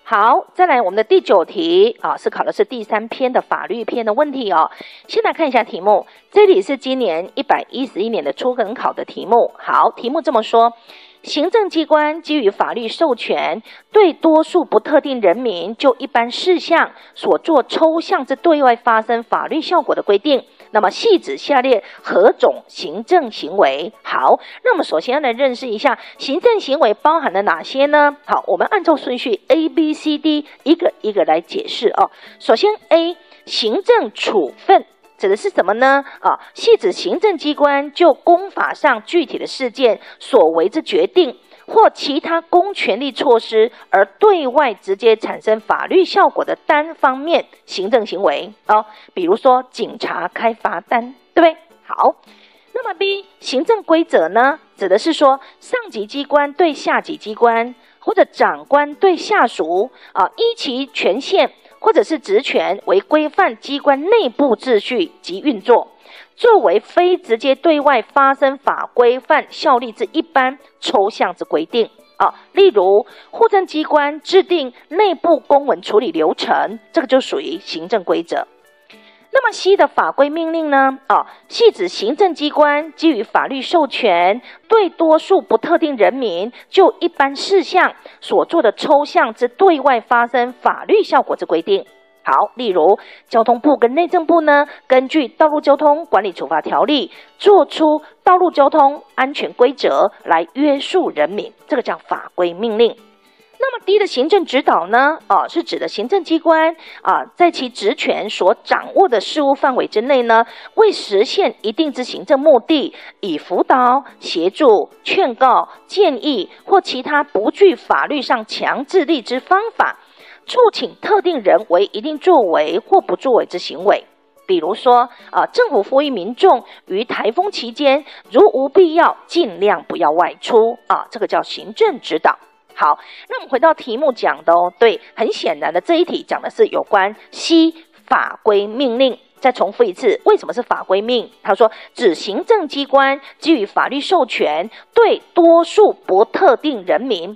好，再来我们的第9题是考的是第3篇的法律篇的问题哦。先来看一下题目，这里是今年111年的初等考的题目。好，题目这么说：行政机关基于法律授权，对多数不特定人民就一般事项所做抽象之对外发生法律效果的规定。那么系指下列何种行政行为？好，那我们首先要来认识一下行政行为包含了哪些呢？好，我们按照顺序 A、B、C、D 一个一个来解释哦。首先 A， 行政处分指的是什么呢？系指行政机关就公法上具体的事件所为之决定或其他公权力措施而对外直接产生法律效果的单方面行政行为比如说警察开罚单，对不对？好，那么 B 行政规则呢，指的是说上级机关对下级机关或者长官对下属依其权限或者是职权为规范机关内部秩序及运作，作为非直接对外发生法规范效力之一般抽象之规定例如户政机关制定内部公文处理流程，这个就属于行政规则。那么 C 的法规命令呢？系指行政机关基于法律授权，对多数不特定人民就一般事项所做的抽象之对外发生法律效果之规定。好，例如交通部跟内政部呢，根据道路交通管理处罚条例做出道路交通安全规则来约束人民，这个叫法规命令。那么 D 的行政指导呢？是指的行政机关在其职权所掌握的事务范围之内呢，为实现一定之行政目的，以辅导、协助、劝告、建议或其他不具法律上强制力之方法，促请特定人为一定作为或不作为之行为。比如说政府呼吁民众于台风期间如无必要尽量不要外出这个叫行政指导。好，那我们回到题目讲的对，很显然的这一题讲的是有关 C 法规命令。再重复一次，为什么是法规命？他说指行政机关基于法律授权，对多数不特定人民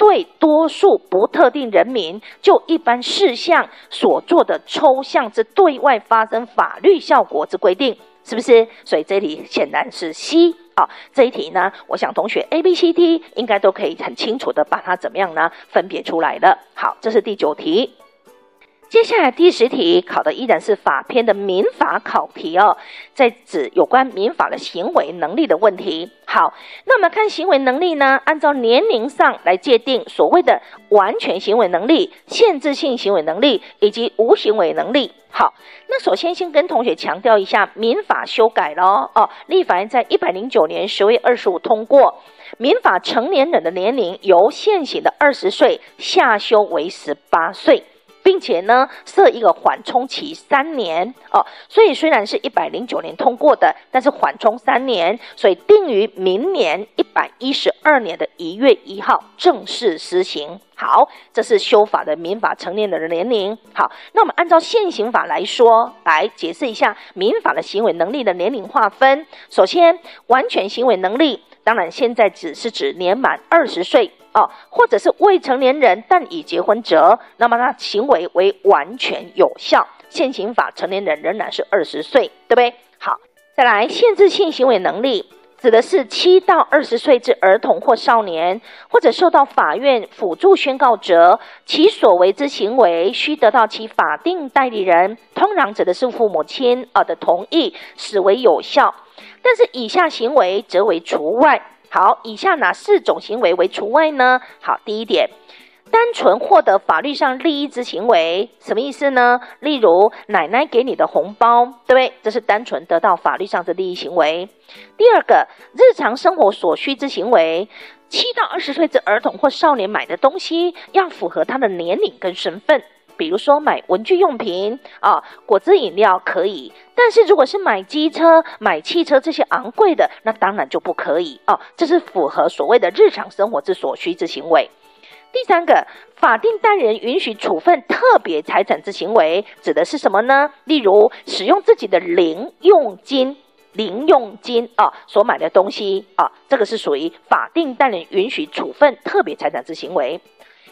就一般事项所做的抽象之对外发生法律效果之规定，是不是？所以这里显然是 C。这一题呢，我想同学 A、B、C、D 应该都可以很清楚的把它怎么样呢分别出来了。好，这是第9题。接下来第10题考的依然是法篇的民法考题在指有关民法的行为能力的问题。好，那我们看行为能力呢，按照年龄上来界定所谓的完全行为能力、限制性行为能力以及无行为能力。好，那首先先跟同学强调一下民法修改了立法院在109年10月25通过，民法成年人的年龄由现行的20岁下修为18岁，并且呢设一个缓冲期3年所以虽然是109年通过的，但是缓冲3年，所以定于明年112年的1月1号正式施行。好，这是修法的民法成年人的年龄。好，那我们按照现行法来说，来解释一下民法的行为能力的年龄划分。首先，完全行为能力，当然现在只是指年满20岁或者是未成年人但已结婚者，那么他行为为完全有效。现行法成年人仍然是20岁，对不对？好，再来限制性行为能力，指的是7到20岁之儿童或少年，或者受到法院辅助宣告者，其所为之行为须得到其法定代理人，通常指的是父母亲的同意，使为有效。但是以下行为则为除外。好，以下哪4种行为为除外呢？好，第一点，单纯获得法律上利益之行为，什么意思呢？例如奶奶给你的红包，对不对？这是单纯得到法律上的利益行为。第二个，日常生活所需之行为，7到20岁之儿童或少年买的东西要符合他的年龄跟身份。比如说买文具用品果汁饮料可以，但是如果是买机车、买汽车这些昂贵的，那当然就不可以这是符合所谓的日常生活之所需之行为。第三个，法定代理人允许处分特别财产之行为，指的是什么呢？例如使用自己的零用金所买的东西这个是属于法定代理人允许处分特别财产之行为。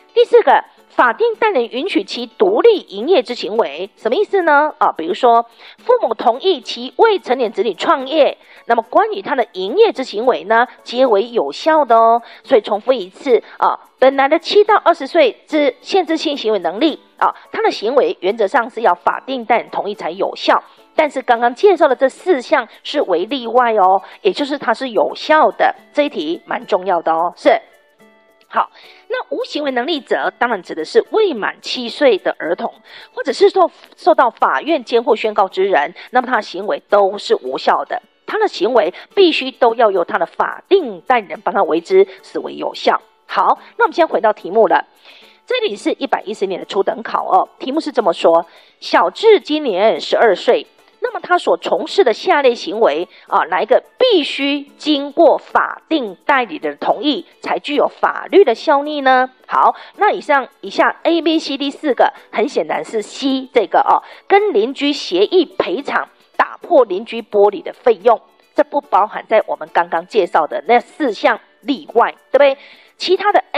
第4个，法定代理人允许其独立营业之行为，什么意思呢？比如说父母同意其未成年子女创业，那么关于他的营业之行为呢，皆为有效的哦。所以重复一次本来的7到20岁之限制性行为能力他的行为原则上是要法定代理人同意才有效，但是刚刚介绍的这4项是为例外哦，也就是它是有效的。这一题蛮重要的哦，是。好，那无行为能力者当然指的是未满7岁的儿童，或者是受到法院监护宣告之人，那么他的行为都是无效的，他的行为必须都要由他的法定代理人帮他为之，视为有效。好，那我们先回到题目了。这里是110年的初等考题目是这么说：小智今年12岁，那么他所从事的下列行为哪一个必须经过法定代理人的同意才具有法律的效力呢？好，那以下 A、B、C、D 4个，很显然是 C 这个跟邻居协议赔偿打破邻居玻璃的费用，这不包含在我们刚刚介绍的那4项例外，对不对？其他的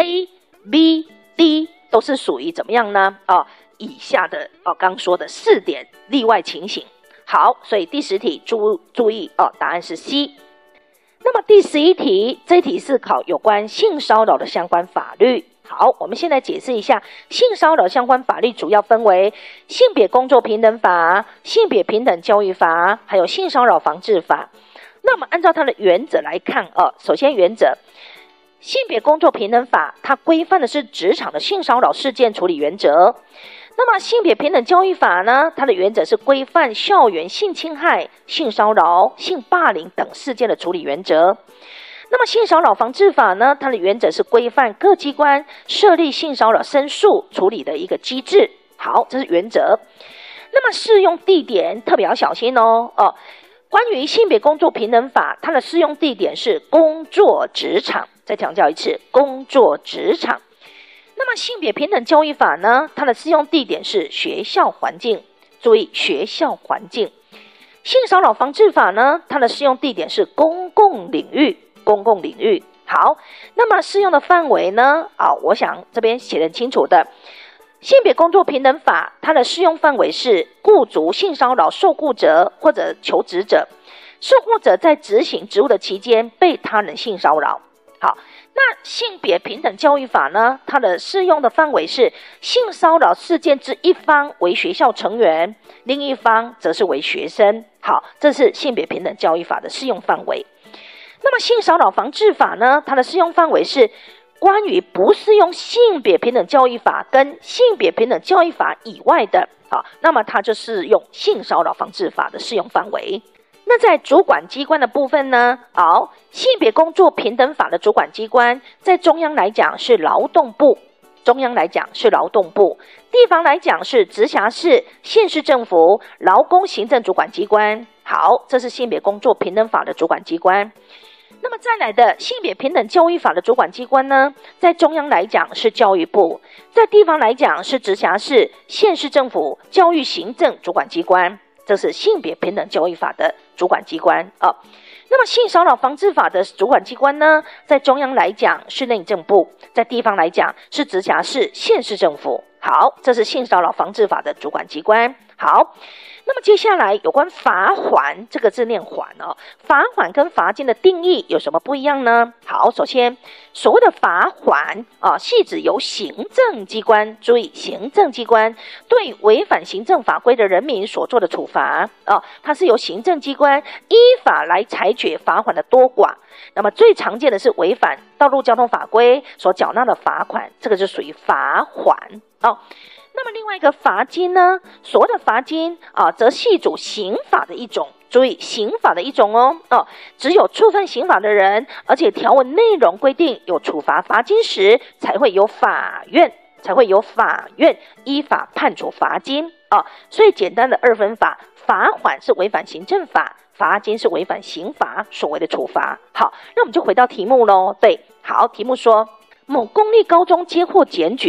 A、B、D 都是属于怎么样呢？以下的刚说的4点例外情形。好，所以第10题注意答案是 C。那么第11题，这一题是考有关性骚扰的相关法律。好，我们先来解释一下性骚扰相关法律主要分为性别工作平等法、性别平等教育法，还有性骚扰防治法。那么按照它的原则来看首先原则，性别工作平等法它规范的是职场的性骚扰事件处理原则。那么性别平等教育法呢，它的原则是规范校园性侵害、性骚扰、性霸凌等事件的处理原则。那么性骚扰防治法呢，它的原则是规范各机关设立性骚扰申诉处理的一个机制。好，这是原则。那么适用地点特别要小心关于性别工作平等法，它的适用地点是工作职场，再强调一次，工作职场。那么性别平等教育法呢，它的适用地点是学校环境，注意学校环境。性骚扰防治法呢，它的适用地点是公共领域，公共领域。好，那么适用的范围呢我想这边写得很清楚的，性别工作平等法它的适用范围是雇主性骚扰受雇者或者求职者，受雇者在执行职务的期间被他人性骚扰。好，那性别平等教育法呢，它的适用的范围是性骚扰事件之一方为学校成员，另一方则是为学生。好，这是性别平等教育法的适用范围。那么性骚扰防治法呢，它的适用范围是关于不适用性别平等教育法跟性别平等教育法以外的那么它就适用性骚扰防治法的适用范围。那在主管机关的部分呢，性别工作平等法的主管机关在中央来讲是劳动部，中央来讲是劳动部，地方来讲是直辖市、县市政府劳工行政主管机关。好，这是性别工作平等法的主管机关。那么再来的性别平等教育法的主管机关呢，在中央来讲是教育部，在地方来讲是直辖市、县市政府教育行政主管机关，这是性别平等教育法的主管机关那么性骚扰防治法的主管机关呢，在中央来讲是内政部，在地方来讲是直辖市、县市政府。好，这是性骚扰防治法的主管机关。好，那么接下来有关罚锾，这个字念锾罚锾跟罚金的定义有什么不一样呢？好，首先所谓的罚锾系指由行政机关，注意行政机关对违反行政法规的人民所做的处罚它是由行政机关依法来裁决罚锾的多寡。那么最常见的是违反道路交通法规所缴纳的罚款，这个就属于罚锾那么另外一个罚金呢，所谓的罚金则系主刑法的一种，注意刑法的一种只有触犯刑法的人，而且条文内容规定有处罚罚金时，才会由法院依法判处罚金所以简单的2分法，罚锾是违反行政法，罚金是违反刑法所谓的处罚。好，那我们就回到题目咯。对，好，题目说某公立高中接获检举，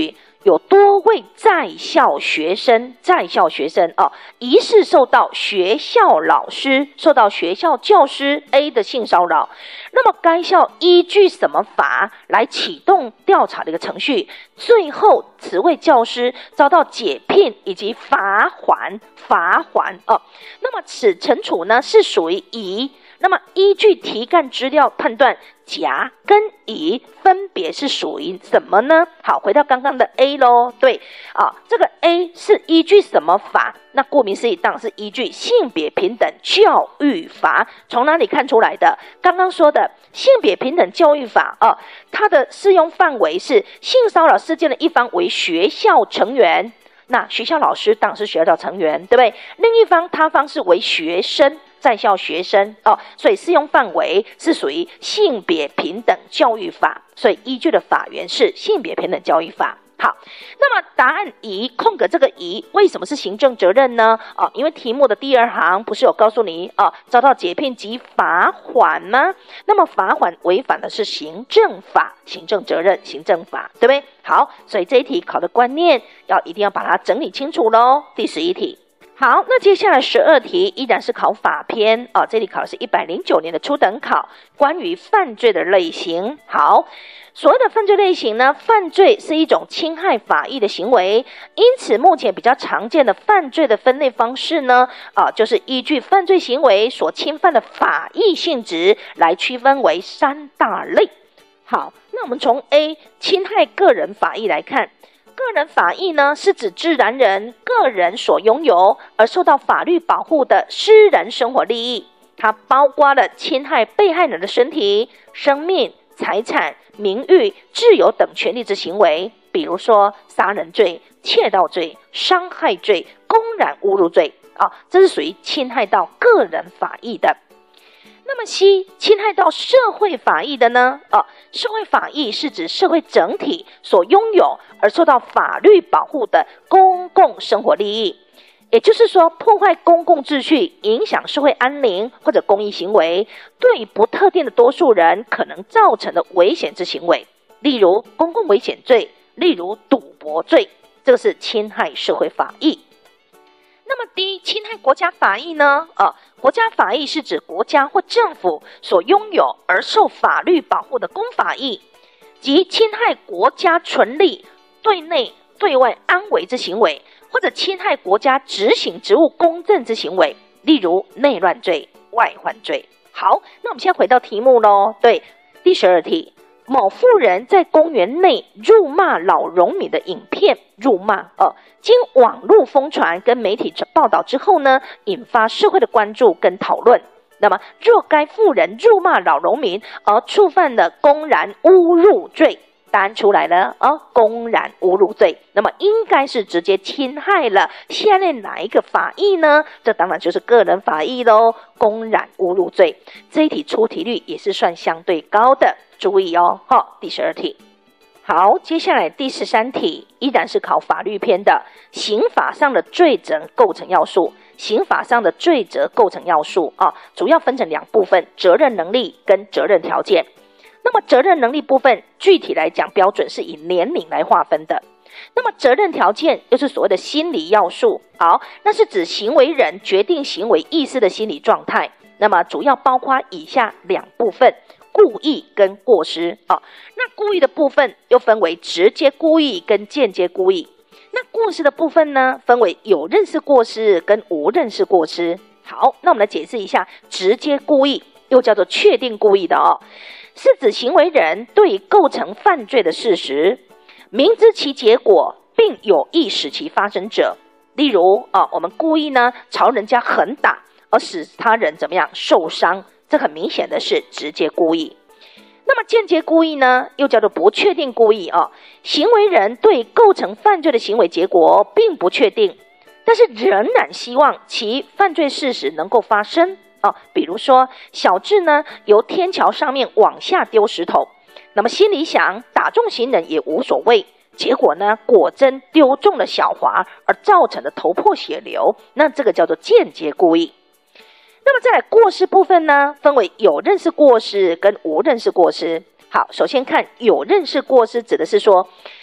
有多位在校学生疑似受到学校教师 A 的性骚扰，那么该校依据什么法来启动调查的一个程序？最后此位教师遭到解聘以及罚锾那么此惩处呢是属于乙。那么依据题干资料判断，甲跟乙分别是属于什么呢？好，回到刚刚的 A 咯，对这个 A 是依据什么法？那顾名思义，当然是依据性别平等教育法。从哪里看出来的？刚刚说的性别平等教育法它的适用范围是性骚扰事件的一方为学校成员，那学校老师当然是学校成员，对不对？另一方他方是为学生。在校学生所以适用范围是属于性别平等教育法，所以依据的法源是性别平等教育法。好，那么答案乙空格这个乙为什么是行政责任呢？因为题目的第二行不是有告诉你遭到解聘及罚锾吗？那么罚锾违反的是行政法、行政责任、行政法，对不对？好，所以这一题考的观念一定要把它整理清楚咯。第11题。好，那接下来12题依然是考法篇这里考的是109年的初等考，关于犯罪的类型。好，所谓的犯罪类型呢，犯罪是一种侵害法益的行为，因此目前比较常见的犯罪的分类方式呢就是依据犯罪行为所侵犯的法益性质来区分为3大类。好，那我们从 A 侵害个人法益来看，个人法益呢，是指自然人个人所拥有而受到法律保护的私人生活利益，它包括了侵害被害人的身体、生命、财产、名誉、自由等权利之行为，比如说杀人罪、窃盗罪、伤害罪、公然侮辱罪这是属于侵害到个人法益的。那么 C 侵害到社会法益的呢？社会法益是指社会整体所拥有而受到法律保护的公共生活利益，也就是说破坏公共秩序、影响社会安宁或者公益行为，对不特定的多数人可能造成的危险之行为，例如公共危险罪，例如赌博罪，这个是侵害社会法益。那么 D 侵害国家法益呢？国家法益是指国家或政府所拥有而受法律保护的公法益，即侵害国家权力、对内对外安危之行为，或者侵害国家执行职务公正之行为，例如内乱罪、外患罪。好，那我们先回到题目咯。对，第12题，某妇人在公园内辱骂老农民的影片，辱骂经网络疯传跟媒体报道之后呢，引发社会的关注跟讨论。那么若该妇人辱骂老农民而触犯了公然侮辱罪，答案出来了公然侮辱罪，那么应该是直接侵害了下列哪一个法益呢？这当然就是个人法益咯，公然侮辱罪。这一题出题率也是算相对高的，注意第12题。好，接下来第13题依然是考法律篇的刑法上的罪责构成要素。刑法上的罪责构成要素主要分成2部分，责任能力跟责任条件。那么责任能力部分具体来讲标准是以年龄来划分的，那么责任条件又是所谓的心理要素。好，那是指行为人决定行为意识的心理状态，那么主要包括以下2部分，故意跟过失那故意的部分又分为直接故意跟间接故意，那过失的部分呢，分为有认识过失跟无认识过失。好，那我们来解释一下直接故意，又叫做确定故意的是指行为人对构成犯罪的事实，明知其结果并有意使其发生者。例如我们故意呢朝人家狠打，而使他人怎么样受伤，这很明显的是直接故意。那么间接故意呢，又叫做不确定故意行为人对构成犯罪的行为结果并不确定，但是仍然希望其犯罪事实能够发生比如说小智呢由天桥上面往下丢石头，那么心里想打中行人也无所谓，结果呢果真丢中了小华，而造成的头破血流，那这个叫做间接故意。那么再来过失部分呢，分为有认识过失跟无认识过失。好，首先看有认识过失，指的是说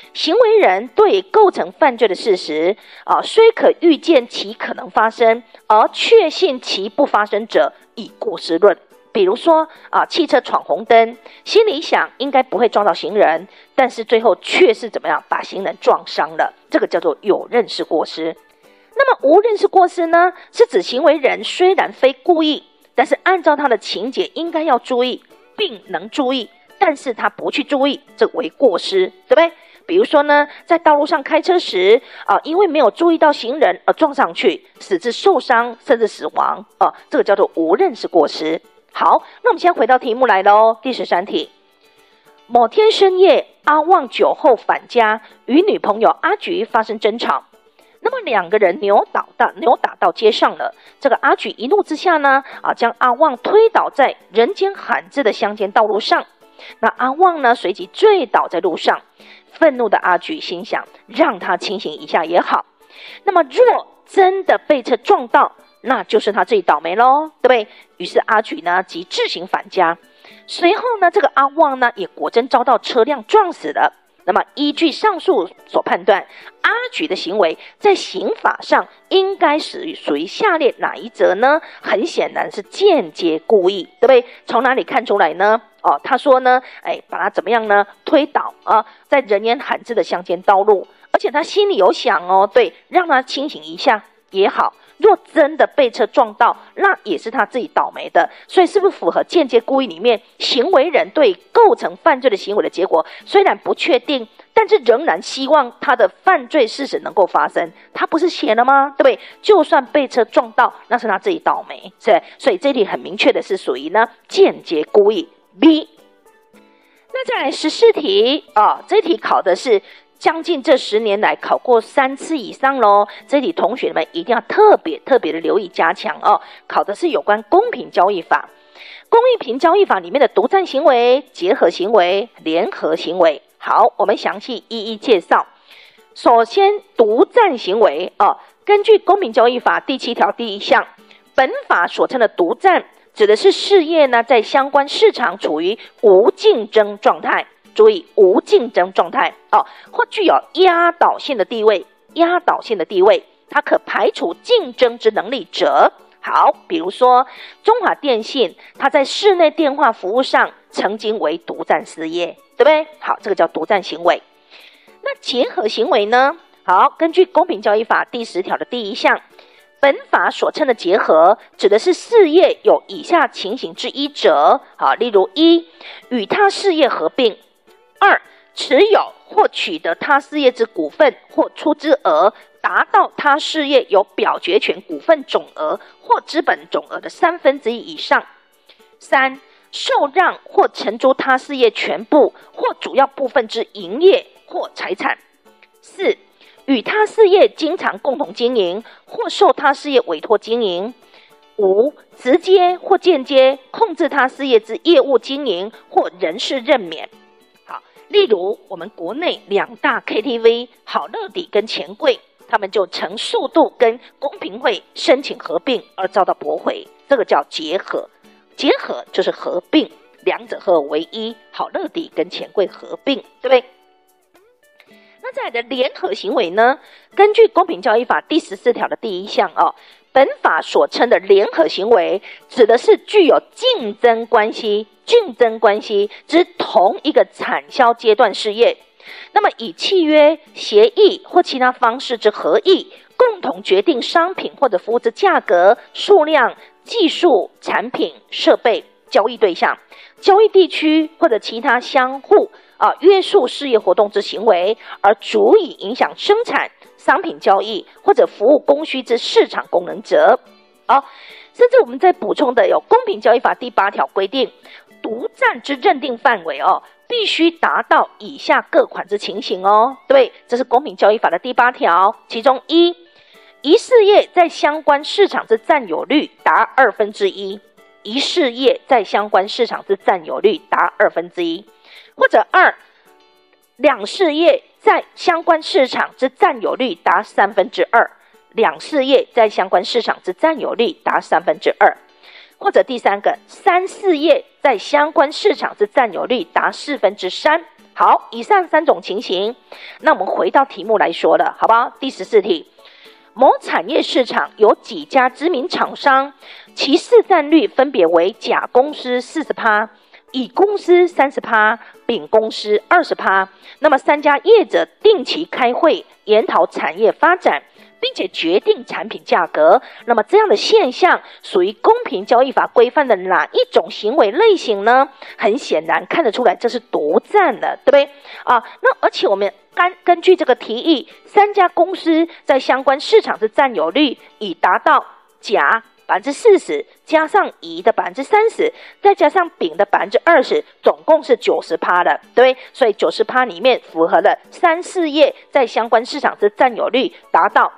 行为人对构成犯罪的事实虽可预见其可能发生，而确信其不发生者，以过失论。比如说汽车闯红灯，心里想应该不会撞到行人，但是最后却是怎么样把行人撞伤了，这个叫做有认识过失。那么无认识过失呢，是指行为人虽然非故意，但是按照他的情节应该要注意并能注意，但是他不去注意，这为过失，对不对？比如说呢，在道路上开车时因为没有注意到行人而撞上去，使之受伤甚至死亡这个叫做无认识过失。好，那我们先回到题目来咯。第13题，某天深夜，阿旺酒后返家，与女朋友阿菊发生争吵。那么两个人扭打到街上了。这个阿菊一怒之下呢将阿旺推倒在人间罕至的乡间道路上。那阿旺呢随即醉倒在路上。愤怒的阿菊心想，让他清醒一下也好。那么若真的被车撞到，那就是他自己倒霉咯，对不对？于是阿菊呢即自行返家。随后呢，这个阿旺呢也果真遭到车辆撞死了。那么依据上述所判断，阿菊的行为在刑法上应该属于下列哪一则呢？很显然是间接故意，对不对？从哪里看出来呢？他说呢把他怎么样呢？推倒在人烟罕至的乡间道路，而且他心里有想对，让他清醒一下也好。若真的被车撞到，那也是他自己倒霉的。所以是不是符合间接故意里面行为人对构成犯罪的行为的结果虽然不确定，但是仍然希望他的犯罪事实能够发生？他不是写了吗？对不对？就算被车撞到，那是他自己倒霉，是。所以这里很明确的是属于呢间接故意 B。 那再来14题这题考的是将近这10年来考过3次以上咯，这里同学们一定要特别的留意加强考的是有关公平交易法。公平交易法里面的独占行为、结合行为、联合行为。好，我们详细一一介绍。首先独占行为根据公平交易法第7条第1项，本法所称的独占指的是事业呢在相关市场处于无竞争状态，注意无竞争状态或具有压倒性的地位，它可排除竞争之能力者。好，比如说中华电信，它在室内电话服务上曾经为独占事业，对不对？好，这个叫独占行为。那结合行为呢？好，根据公平交易法第10条的第1项，本法所称的结合指的是事业有以下情形之一者例如1，与他事业合并；2，持有或取得他事业之股份或出资额达到他事业有表决权股份总额或资本总额的1/3以上；3，受让或承租他事业全部或主要部分之营业或财产；4，与他事业经常共同经营或受他事业委托经营；5，直接或间接控制他事业之业务经营或人事任免。好，例如我们国内2大 KTV 好乐迪跟钱柜，他们就曾数度跟公平会申请合并而遭到驳回，这个叫结合。结合就是合并，两者合为一，好乐迪跟钱柜合并，对不对？那再来的联合行为呢？根据公平交易法第14条的第1项本法所称的联合行为指的是具有竞争关系之同一个产销阶段事业，那么以契约、协议或其他方式之合意，共同决定商品或者服务之价格、数量、技术、产品、设备、交易对象、交易地区或者其他相互约束事业活动之行为，而足以影响生产、商品交易或者服务供需之市场功能者。甚至我们在补充的有公平交易法第8条规定，独占之认定范围必须达到以下各款之情形对，这是公平交易法的第8条，其中1，一事业在相关市场之占有率达1/2，一事业在相关市场之占有率达1/2，或者2，两事业在相关市场之占有率达2/3，两事业在相关市场之占有率达2/3，或者第3个，3事业在相关市场之占有率达3/4。 好，以上3种情形，那我们回到题目来说了，好不好？第14题，某产业市场有几家知名厂商，其市占率分别为甲公司40%、乙公司30%、丙公司20%。那么3家业者定期开会，研讨产业发展，并且决定产品价格。那么这样的现象属于公平交易法规范的哪一种行为类型呢？很显然看得出来，这是独占的，对不对？那而且我们根据这个提议，3家公司在相关市场的占有率已达到甲40%，加上乙的30%，再加上丙的20%，总共是90%了，对不对？所以90%里面符合了3、4业在相关市场的占有率达到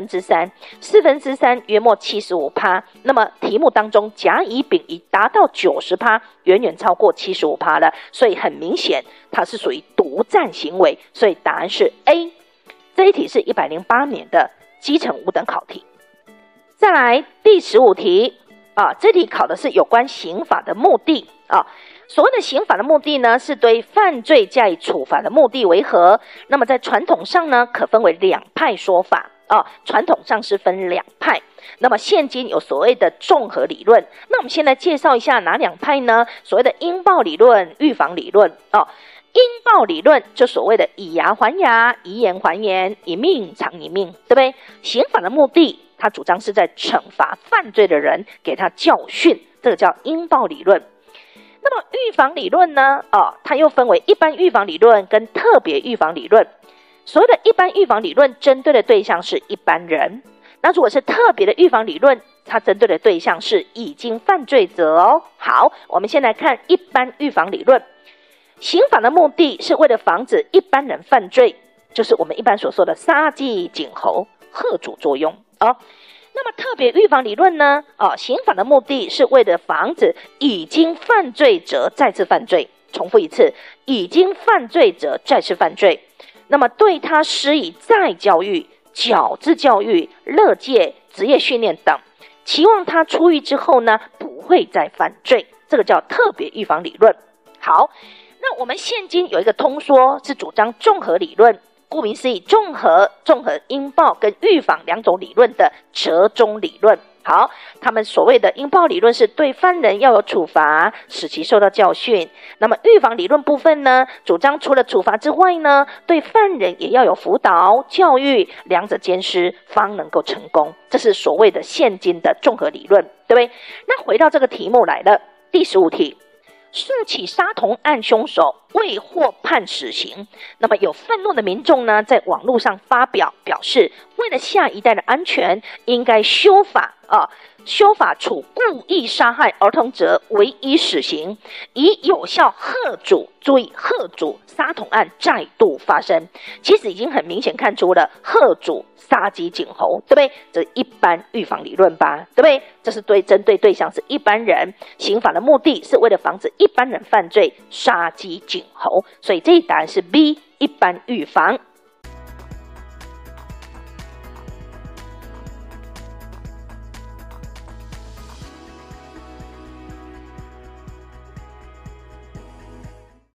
3/4，4/3约莫75%。那么题目当中甲、乙、丙已达到90%，远远超过75%了，所以很明显它是属于独占行为，所以答案是 A。这一题是108年的基层5等考题。再来第15题这题考的是有关刑法的目的所谓的刑法的目的呢，是对犯罪加以处罚的目的为何？那么在传统上呢，可分为2派说法传统上是分2派。那么现今有所谓的综合理论。那我们先来介绍一下哪2派呢？所谓的应报理论、预防理论应报理论就所谓的以牙还牙、以眼还眼、以命偿一命，对不对？刑法的目的，他主张是在惩罚犯罪的人，给他教训，这个叫应报理论。那么预防理论呢？它又分为一般预防理论跟特别预防理论。所谓的一般预防理论针对的对象是一般人，那如果是特别的预防理论，它针对的对象是已经犯罪者好，我们先来看一般预防理论。刑法的目的是为了防止一般人犯罪，就是我们一般所说的杀鸡儆猴、吓阻作用那么特别预防理论呢？刑法的目的是为了防止已经犯罪者再次犯罪。重复一次，已经犯罪者再次犯罪。那么对他施以再教育、矫治教育、勒戒、职业训练等，期望他出狱之后呢，不会再犯罪。这个叫特别预防理论。好，那我们现今有一个通说是主张综合理论，顾名思义，综合应报跟预防2种理论的折中理论。好，他们所谓的应报理论是对犯人要有处罚，使其受到教训。那么预防理论部分呢，主张除了处罚之外呢，对犯人也要有辅导、教育，两者兼施，方能够成功。这是所谓的现今的综合理论，对不对？那回到这个题目来了，第15题。数起杀童案凶手未获判死刑，那么有愤怒的民众呢，在网络上表示，为了下一代的安全，应该修法处故意杀害儿童者唯一死刑，以有效吓阻，注意吓阻杀童案再度发生。其实已经很明显看出了吓阻杀鸡儆猴，对不对？这是一般预防理论吧，对不对？这是针对对象是一般人，刑法的目的是为了防止一般人犯罪，杀鸡儆猴，所以这一答案是 B， 一般预防。